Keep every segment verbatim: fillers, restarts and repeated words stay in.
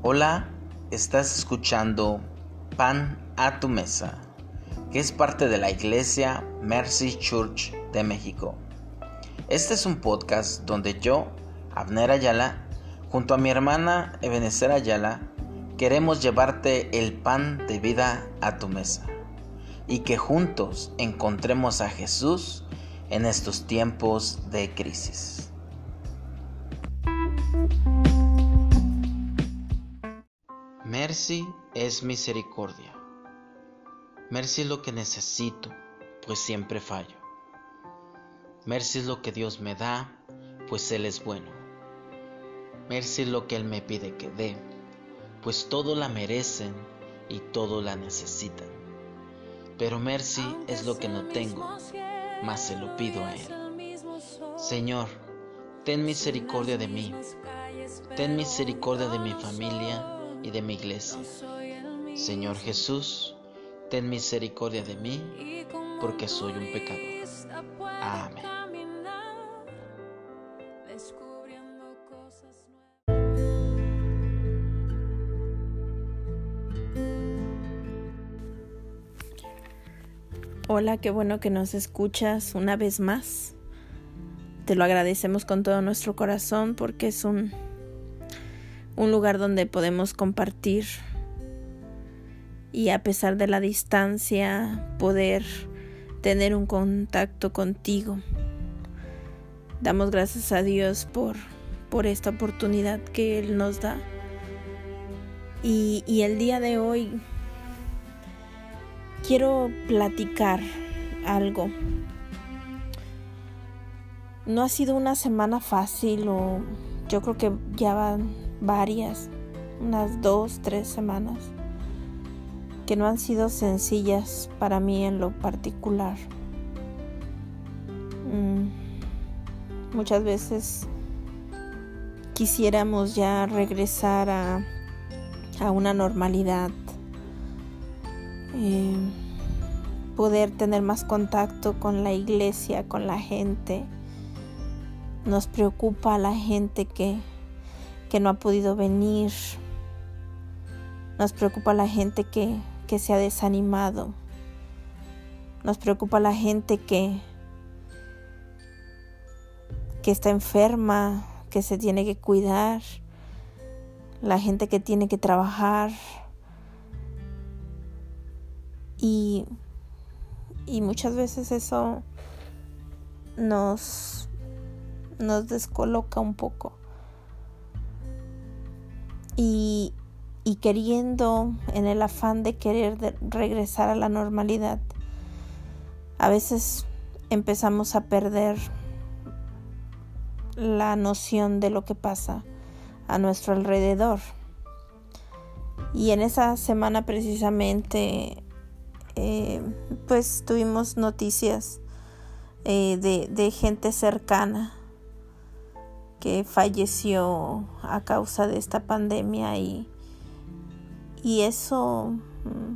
Hola, estás escuchando Pan a tu Mesa, que es parte de la Iglesia Mercy Church de México. Este es un podcast donde yo, Abner Ayala, junto a mi hermana Ebenezer Ayala, queremos llevarte el pan de vida a tu mesa y que juntos encontremos a Jesús en estos tiempos de crisis. Mercy es misericordia. Mercy es lo que necesito, pues siempre fallo. Mercy es lo que Dios me da, pues Él es bueno. Mercy es lo que Él me pide que dé, pues todo la merecen y todo la necesitan. Pero mercy es lo que no tengo, mas se lo pido a Él. Señor, ten misericordia de mí, ten misericordia de mi familia y de mi iglesia. Señor Jesús, ten misericordia de mí, porque soy un pecador. Amén. Hola, qué bueno que nos escuchas una vez más. Te lo agradecemos con todo nuestro corazón porque es un, un lugar donde podemos compartir y a pesar de la distancia poder tener un contacto contigo. Damos gracias a Dios por, por esta oportunidad que Él nos da. Y, y el día de hoy quiero platicar algo. No ha sido una semana fácil, o yo creo que ya van varias, unas dos, tres semanas, que no han sido sencillas para mí en lo particular. Mm, muchas veces quisiéramos ya regresar a, a una normalidad. Eh, poder tener más contacto con la iglesia, con la gente. Nos preocupa la gente que, que no ha podido venir. Nos preocupa la gente que, que se ha desanimado. Nos preocupa la gente que, que está enferma, que se tiene que cuidar. La gente que tiene que trabajar. Y, y muchas veces eso nos, nos descoloca un poco. Y, y queriendo, en el afán de querer de regresar a la normalidad, a veces empezamos a perder la noción de lo que pasa a nuestro alrededor. Y en esa semana precisamente Eh, pues tuvimos noticias eh, de, de gente cercana que falleció a causa de esta pandemia y, y eso mm,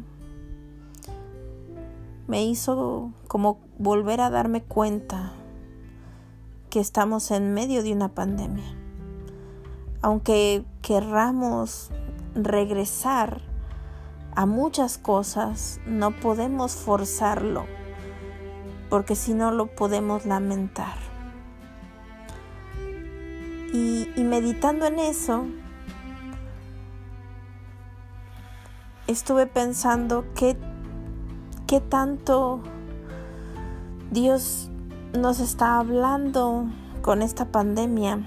me hizo como volver a darme cuenta que estamos en medio de una pandemia. Aunque querramos regresar a muchas cosas, no podemos forzarlo, porque si no lo podemos lamentar. Y, y meditando en eso, estuve pensando qué, qué tanto Dios nos está hablando con esta pandemia.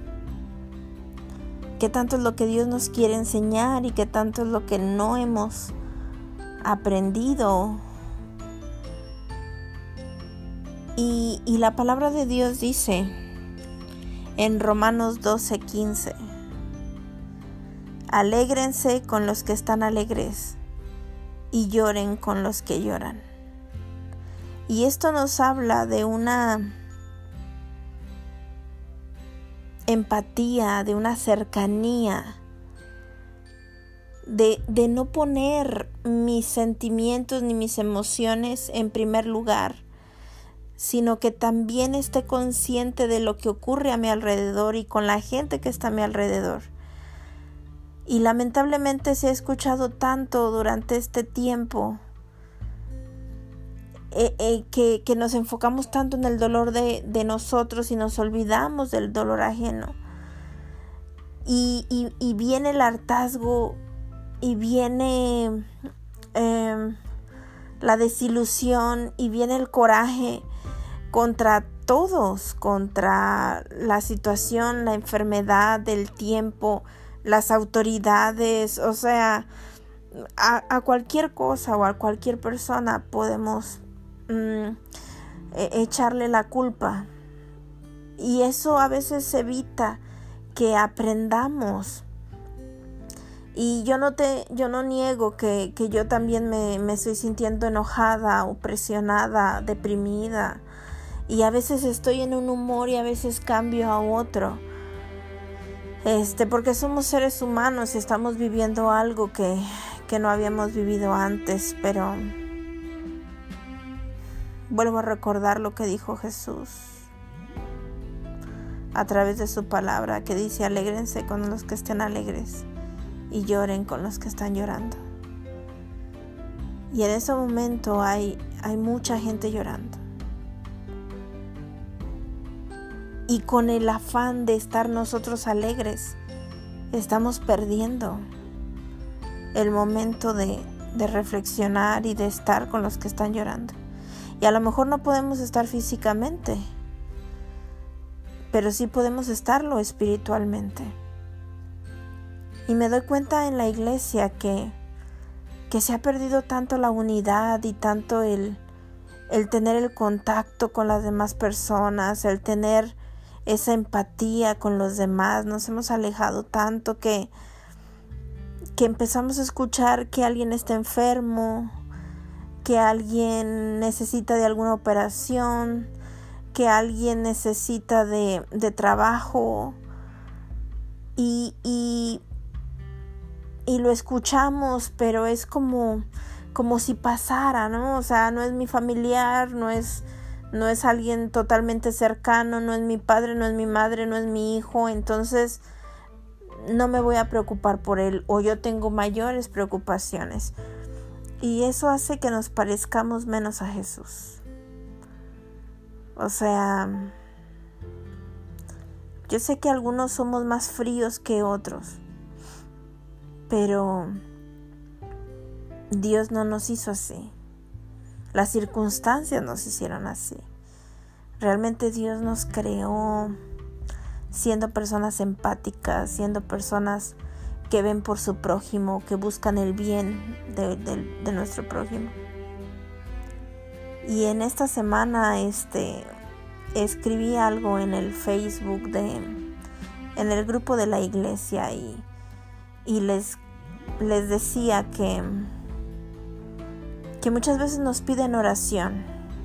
Qué tanto es lo que Dios nos quiere enseñar y qué tanto es lo que no hemos aprendido. Y, y la palabra de Dios dice en Romanos doce quince: alégrense con los que están alegres y lloren con los que lloran. Y esto nos habla de una empatía, de una cercanía, de, de no poner mis sentimientos ni mis emociones en primer lugar, sino que también esté consciente de lo que ocurre a mi alrededor y con la gente que está a mi alrededor. Y lamentablemente se ha escuchado tanto durante este tiempo eh, eh, que, que nos enfocamos tanto en el dolor de, de nosotros y nos olvidamos del dolor ajeno. Y, y, y viene el hartazgo y viene eh, la desilusión y viene el coraje contra todos, contra la situación, la enfermedad, el tiempo, las autoridades, o sea, a, a cualquier cosa o a cualquier persona podemos mm, echarle la culpa. Y eso a veces evita que aprendamos. Y yo no te, yo no niego que, que yo también me, me estoy sintiendo enojada o presionada, deprimida. Y a veces estoy en un humor y a veces cambio a otro. Este, porque somos seres humanos y estamos viviendo algo que, que no habíamos vivido antes, pero vuelvo a recordar lo que dijo Jesús a través de su palabra, que dice: alégrense con los que estén alegres y lloren con los que están llorando. Y en ese momento hay, hay mucha gente llorando. Y con el afán de estar nosotros alegres, estamos perdiendo el momento de, de reflexionar y de estar con los que están llorando. Y a lo mejor no podemos estar físicamente, pero sí podemos estarlo espiritualmente. Y me doy cuenta en la iglesia que, que se ha perdido tanto la unidad y tanto el, el tener el contacto con las demás personas, el tener esa empatía con los demás. Nos hemos alejado tanto que, que empezamos a escuchar que alguien está enfermo, que alguien necesita de alguna operación, que alguien necesita de, de trabajo y, y, y lo escuchamos, pero es como, como si pasara, ¿no? O sea, no es mi familiar, no es No es alguien totalmente cercano, no es mi padre, no es mi madre, no es mi hijo, entonces no me voy a preocupar por él, o yo tengo mayores preocupaciones. Y eso hace que nos parezcamos menos a Jesús. O sea, yo sé que algunos somos más fríos que otros, pero Dios no nos hizo así. Las circunstancias nos hicieron así. Realmente Dios nos creó siendo personas empáticas, siendo personas que ven por su prójimo, que buscan el bien de, de, de nuestro prójimo. Y en esta semana este, escribí algo en el Facebook, de, en el grupo de la iglesia, y, y les, les decía que que muchas veces nos piden oración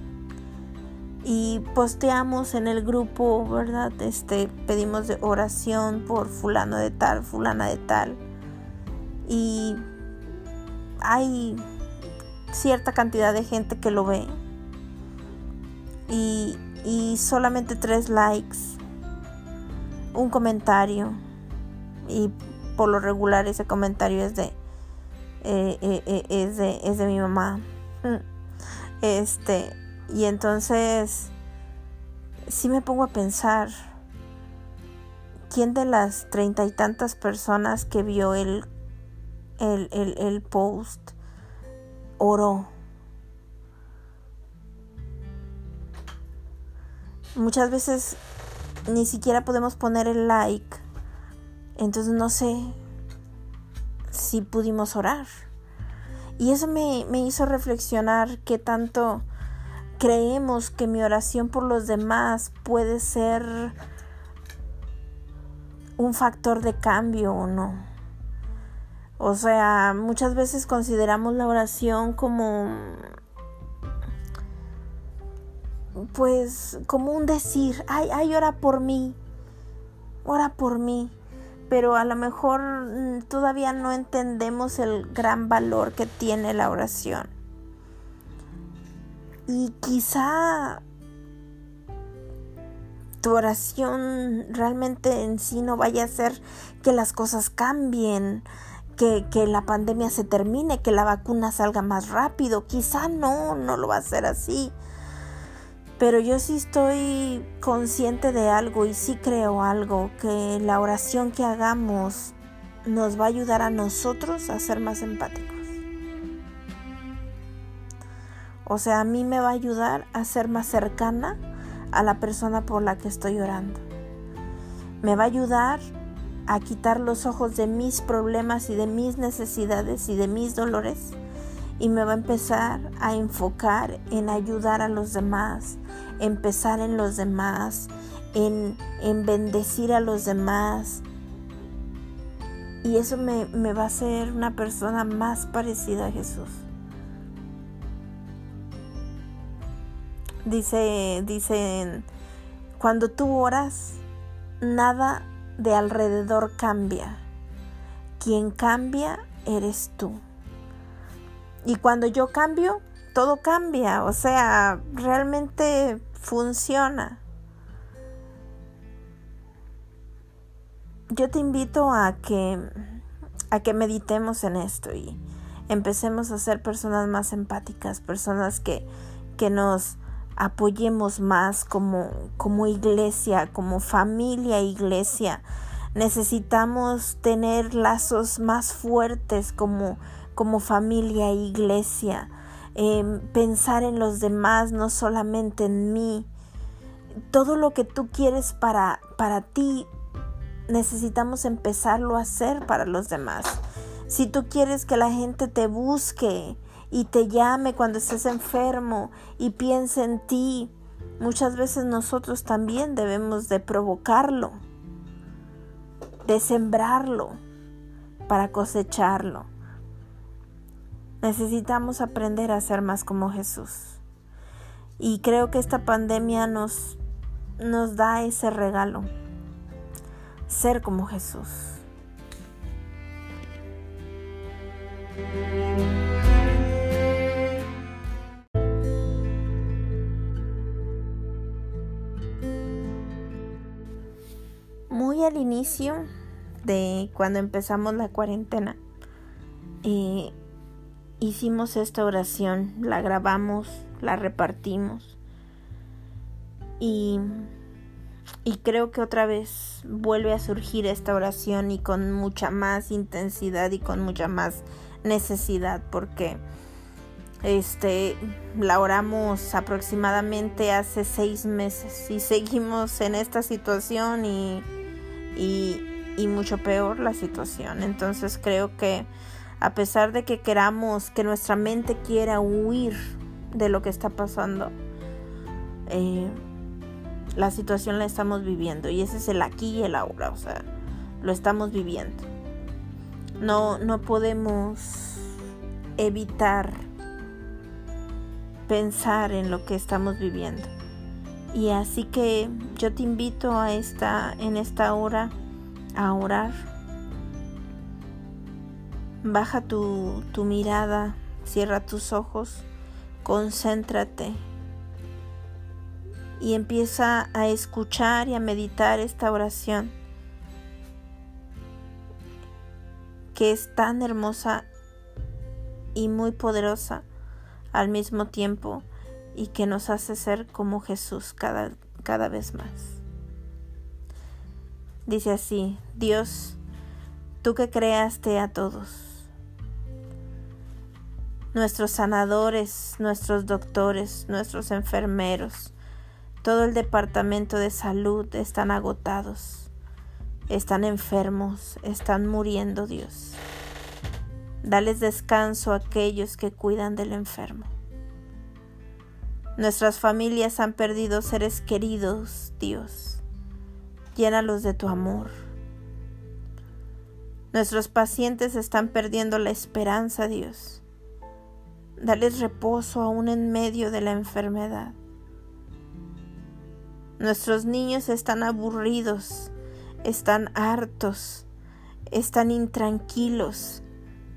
y posteamos en el grupo, ¿verdad? Este, pedimos de oración por fulano de tal, fulana de tal, y hay cierta cantidad de gente que lo ve y, y solamente tres likes, un comentario, y por lo regular ese comentario es de Eh, eh, eh, es de es de mi mamá. Este, y entonces sí me pongo a pensar, ¿quién de las treinta y tantas personas que vio el, el, el, el post oró? Muchas veces ni siquiera podemos poner el like, entonces no sé si pudimos orar. Y eso me, me hizo reflexionar qué tanto creemos que mi oración por los demás puede ser un factor de cambio o no. O sea, muchas veces consideramos la oración como, pues, como un decir: ay, ay, ora por mí, ora por mí. Pero a lo mejor todavía no entendemos el gran valor que tiene la oración. Y quizá tu oración realmente en sí no vaya a ser que las cosas cambien, que, que la pandemia se termine, que la vacuna salga más rápido. Quizá no, no lo va a hacer así. Pero yo sí estoy consciente de algo y sí creo algo, que la oración que hagamos nos va a ayudar a nosotros a ser más empáticos. O sea, a mí me va a ayudar a ser más cercana a la persona por la que estoy orando. Me va a ayudar a quitar los ojos de mis problemas y de mis necesidades y de mis dolores, y me va a empezar a enfocar en ayudar a los demás, empezar en los demás, en, en bendecir a los demás. Y eso me, me va a hacer una persona más parecida a Jesús. Dice, dicen, cuando tú oras, nada de alrededor cambia. Quien cambia eres tú. Y cuando yo cambio, todo cambia. O sea, realmente funciona. Yo te invito a que, a que meditemos en esto y empecemos a ser personas más empáticas, personas que, que nos apoyemos más como, como iglesia, como familia iglesia. Necesitamos tener lazos más fuertes como, como familia iglesia. Eh, pensar en los demás, no solamente en mí. Todo lo que tú quieres para, para ti, necesitamos empezarlo a hacer para los demás. Si tú quieres que la gente te busque y te llame cuando estés enfermo y piense en ti, muchas veces nosotros también debemos de provocarlo, de sembrarlo para cosecharlo. Necesitamos aprender a ser más como Jesús. Y creo que esta pandemia nos, nos da ese regalo, ser como Jesús. Muy al inicio de cuando empezamos la cuarentena, eh, hicimos esta oración, la grabamos, la repartimos y, y creo que otra vez vuelve a surgir esta oración y con mucha más intensidad y con mucha más necesidad, porque este la oramos aproximadamente hace seis meses y seguimos en esta situación y Y, y mucho peor la situación. Entonces creo que a pesar de que queramos, que nuestra mente quiera huir de lo que está pasando, eh, la situación la estamos viviendo y ese es el aquí y el ahora. O sea, lo estamos viviendo. No, no podemos evitar pensar en lo que estamos viviendo. Y así que yo te invito a esta, en esta hora a orar. Baja tu, tu mirada, cierra tus ojos, concéntrate y empieza a escuchar y a meditar esta oración que es tan hermosa y muy poderosa al mismo tiempo, y que nos hace ser como Jesús cada, cada vez más. Dice así: Dios, tú que creaste a todos, nuestros sanadores, nuestros doctores, nuestros enfermeros, todo el departamento de salud están agotados, están enfermos, están muriendo, Dios. Dales descanso a aquellos que cuidan del enfermo. Nuestras familias han perdido seres queridos, Dios. Llénalos de tu amor. Nuestros pacientes están perdiendo la esperanza, Dios. Dales reposo aún en medio de la enfermedad. Nuestros niños están aburridos, están hartos, están intranquilos.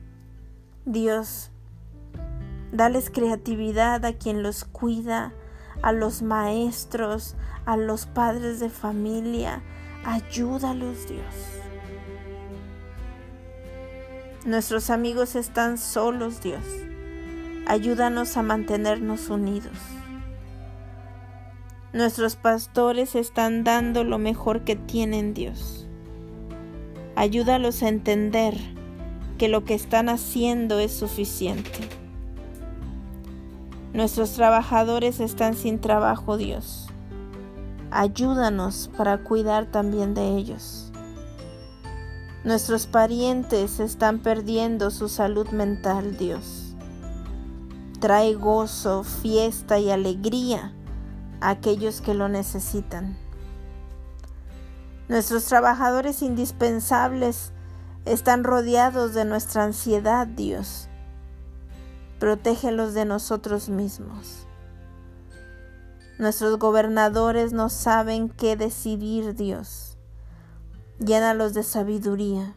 Dios, dales creatividad a quien los cuida, a los maestros, a los padres de familia. Ayúdalos, Dios. Nuestros amigos están solos, Dios. Ayúdanos a mantenernos unidos. Nuestros pastores están dando lo mejor que tienen, Dios. Ayúdalos a entender que lo que están haciendo es suficiente. Nuestros trabajadores están sin trabajo, Dios. Ayúdanos para cuidar también de ellos. Nuestros parientes están perdiendo su salud mental, Dios. Trae gozo, fiesta y alegría a aquellos que lo necesitan. Nuestros trabajadores indispensables están rodeados de nuestra ansiedad, Dios. Protégelos de nosotros mismos. Nuestros gobernadores no saben qué decidir, Dios. Llénalos de sabiduría.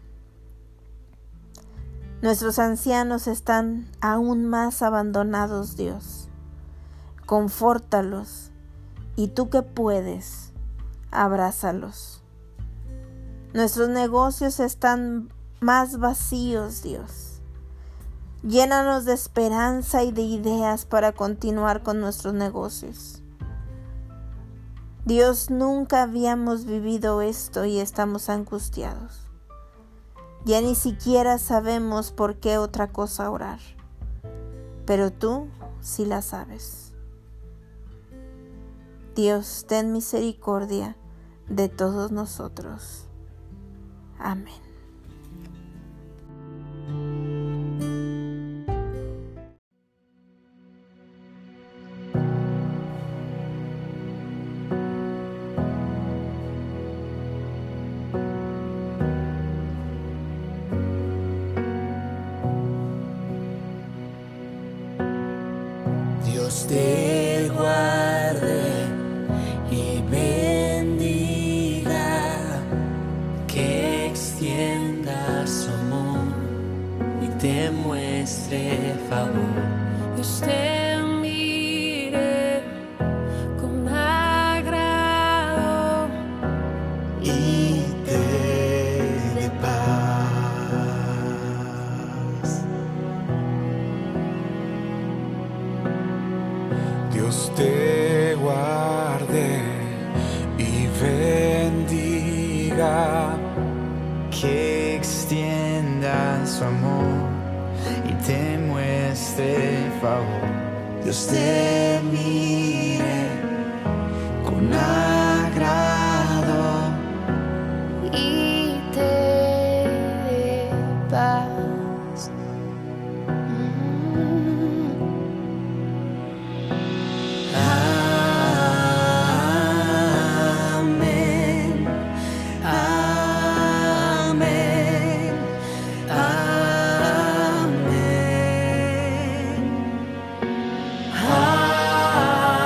Nuestros ancianos están aún más abandonados, Dios. Confórtalos, y tú que puedes, abrázalos. Nuestros negocios están más vacíos, Dios. Llénanos de esperanza y de ideas para continuar con nuestros negocios. Dios, nunca habíamos vivido esto y estamos angustiados. Ya ni siquiera sabemos por qué otra cosa orar, pero tú sí la sabes. Dios, ten misericordia de todos nosotros. Amén. Dios te guarde y bendiga, que extienda su amor y te muestre favor. Dios te mire con agrado y te dé paz. Dios te guarde y bendiga, que extienda su amor y te muestre favor. Dios te mire con agrado y te dé paz. Amén, amén, amén, amén.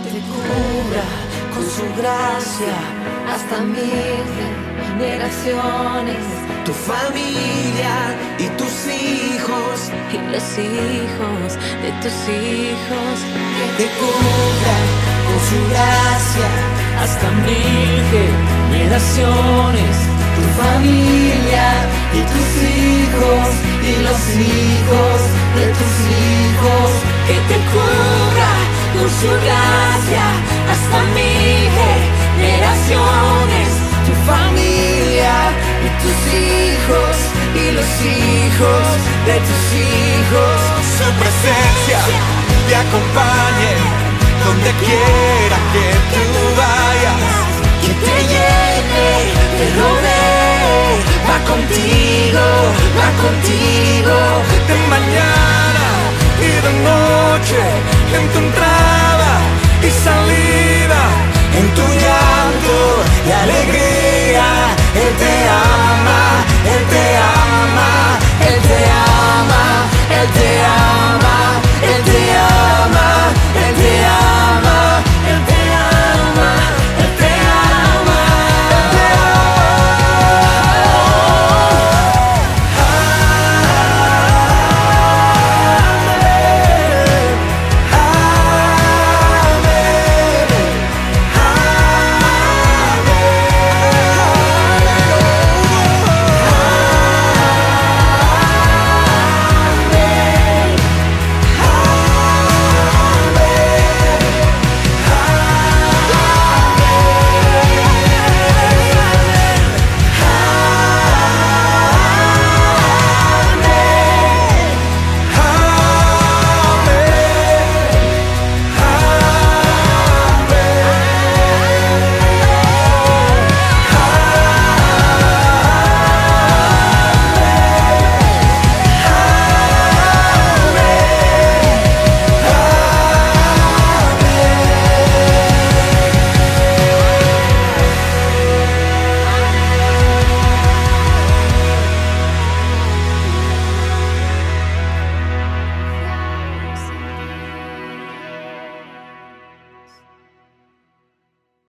te cubra con su gracia hasta mil generaciones, tu familia y tus hijos y los hijos de tus hijos. Que te cubra con su gracia Hasta mil generaciones, tu familia y tus hijos y los hijos de tus hijos. que te cubra con su gracia hasta mil generaciones, Tu familia y tus hijos y los hijos de tus hijos. Su presencia te acompañe donde quiera que tú vayas. que te llene, te rodee, va contigo, va contigo. De mañana y de noche en tu